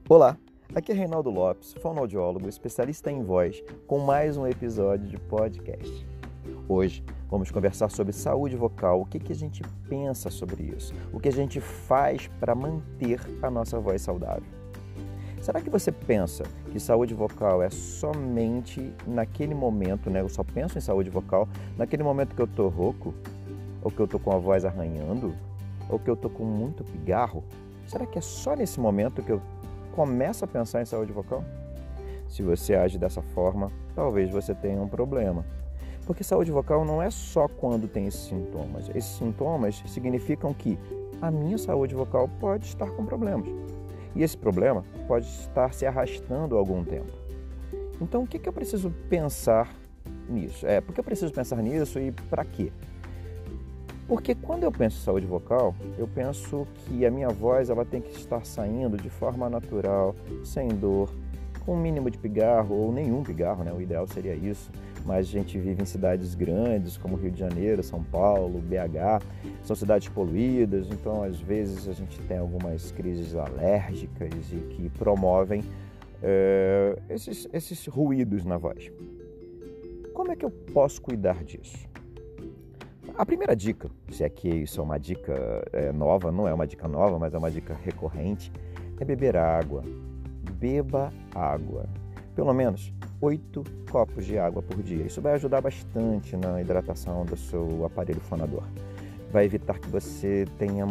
Olá, aqui é Reinaldo Lopes, fonoaudiólogo, especialista em voz, com mais um episódio de podcast. Hoje vamos conversar sobre saúde vocal, o que a gente pensa sobre isso, o que a gente faz para manter a nossa voz saudável. Será que você pensa que saúde vocal é somente naquele momento, né? Eu só penso em saúde vocal naquele momento que eu estou rouco, ou que eu estou com a voz arranhando, ou que eu estou com muito pigarro? Será que é só nesse momento que eu começo a pensar em saúde vocal? Se você age dessa forma, talvez você tenha um problema. Porque saúde vocal não é só quando tem esses sintomas. Esses sintomas significam que a minha saúde vocal pode estar com problemas. E esse problema pode estar se arrastando há algum tempo. Então, o que eu preciso pensar nisso? Por que eu preciso pensar nisso e para quê? Porque quando eu penso em saúde vocal, eu penso que a minha voz ela tem que estar saindo de forma natural, sem dor, com um mínimo de pigarro ou nenhum pigarro, né? O ideal seria isso. Mas a gente vive em cidades grandes como Rio de Janeiro, São Paulo, BH, são cidades poluídas, então às vezes a gente tem algumas crises alérgicas e que promovem esses ruídos na voz. Como é que eu posso cuidar disso? A primeira dica, se é que isso é uma dica nova, não é uma dica nova, mas é uma dica recorrente, é beber água. Beba água. Pelo menos 8 copos de água por dia. Isso vai ajudar bastante na hidratação do seu aparelho fonador. Vai evitar que você tenha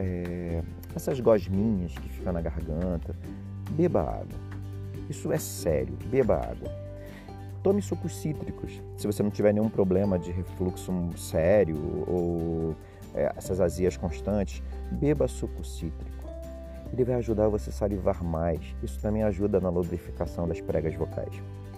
essas gosminhas que ficam na garganta. Beba água. Isso é sério. Beba água. Tome sucos cítricos. Se você não tiver nenhum problema de refluxo sério ou essas azias constantes, beba suco cítrico. Ele vai ajudar você a salivar mais. Isso também ajuda na lubrificação das pregas vocais.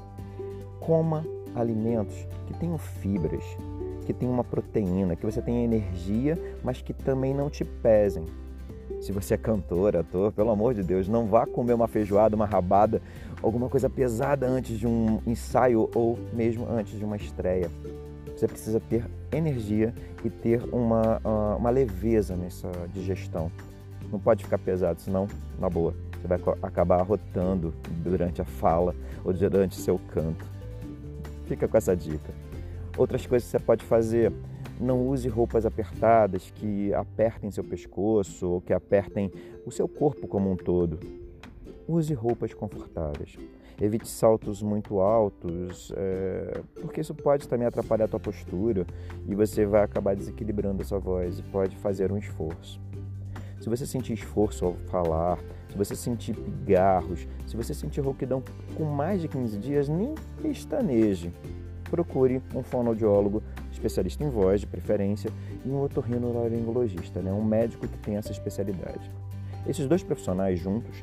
Coma alimentos que tenham fibras, que tenham uma proteína, que você tenha energia, mas que também não te pesem. Se você é cantor, ator, pelo amor de Deus, não vá comer uma feijoada, uma rabada, alguma coisa pesada antes de um ensaio ou mesmo antes de uma estreia. Você precisa ter energia e ter uma leveza nessa digestão. Não pode ficar pesado, senão, na boa, você vai acabar arrotando durante a fala ou durante o seu canto. Fica com essa dica. Outras coisas que você pode fazer: não use roupas apertadas que apertem seu pescoço ou que apertem o seu corpo como um todo. Use roupas confortáveis. Evite saltos muito altos, porque isso pode também atrapalhar a tua postura e você vai acabar desequilibrando a sua voz e pode fazer um esforço. Se você sentir esforço ao falar, se você sentir pigarros, se você sentir rouquidão com mais de 15 dias, nem pestaneje. Procure um fonoaudiólogo, especialista em voz, de preferência, e um otorrinolaringologista, né? Um médico que tem essa especialidade. Esses dois profissionais juntos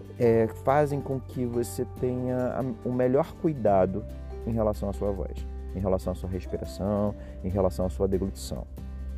fazem com que você tenha o melhor cuidado em relação à sua voz, em relação à sua respiração, em relação à sua deglutição.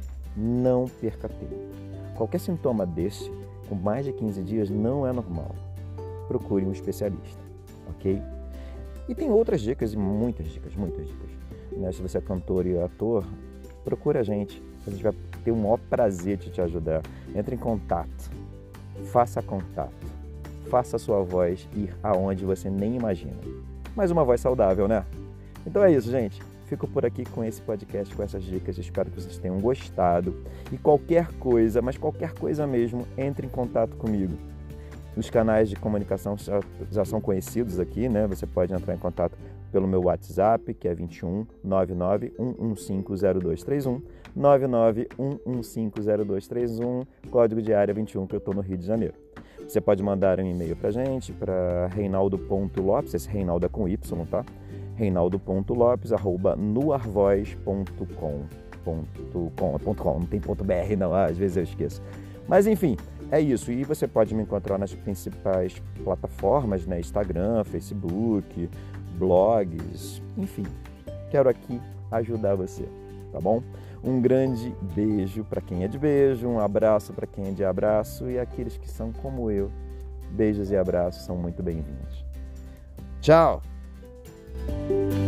Não perca tempo. Qualquer sintoma desse, com mais de 15 dias, não é normal. Procure um especialista, ok? E tem outras dicas, muitas dicas. Né? Se você é cantor e ator, procure a gente vai ter o maior prazer de te ajudar. Entre em contato, faça contato, faça a sua voz ir aonde você nem imagina. Mas uma voz saudável, né? Então é isso, gente. Fico por aqui com esse podcast, com essas dicas. Espero que vocês tenham gostado. E qualquer coisa, mas qualquer coisa mesmo, entre em contato comigo. Os canais de comunicação já são conhecidos aqui, né? Você pode entrar em contato pelo meu WhatsApp, que é 21 99 115 0231, 99 115 0231, código de área 21, que eu estou no Rio de Janeiro. Você pode mandar um e-mail para a gente, para reinaldo.lopes, esse Reinaldo é com Y, tá? reinaldo.lopes@nuarvoz.com, não tem .br não, às vezes eu esqueço. Mas enfim, é isso. E você pode me encontrar nas principais plataformas, né? Instagram, Facebook, blogs, enfim. Quero aqui ajudar você, tá bom? Um grande beijo para quem é de beijo, um abraço para quem é de abraço, e aqueles que são como eu, beijos e abraços são muito bem-vindos. Tchau!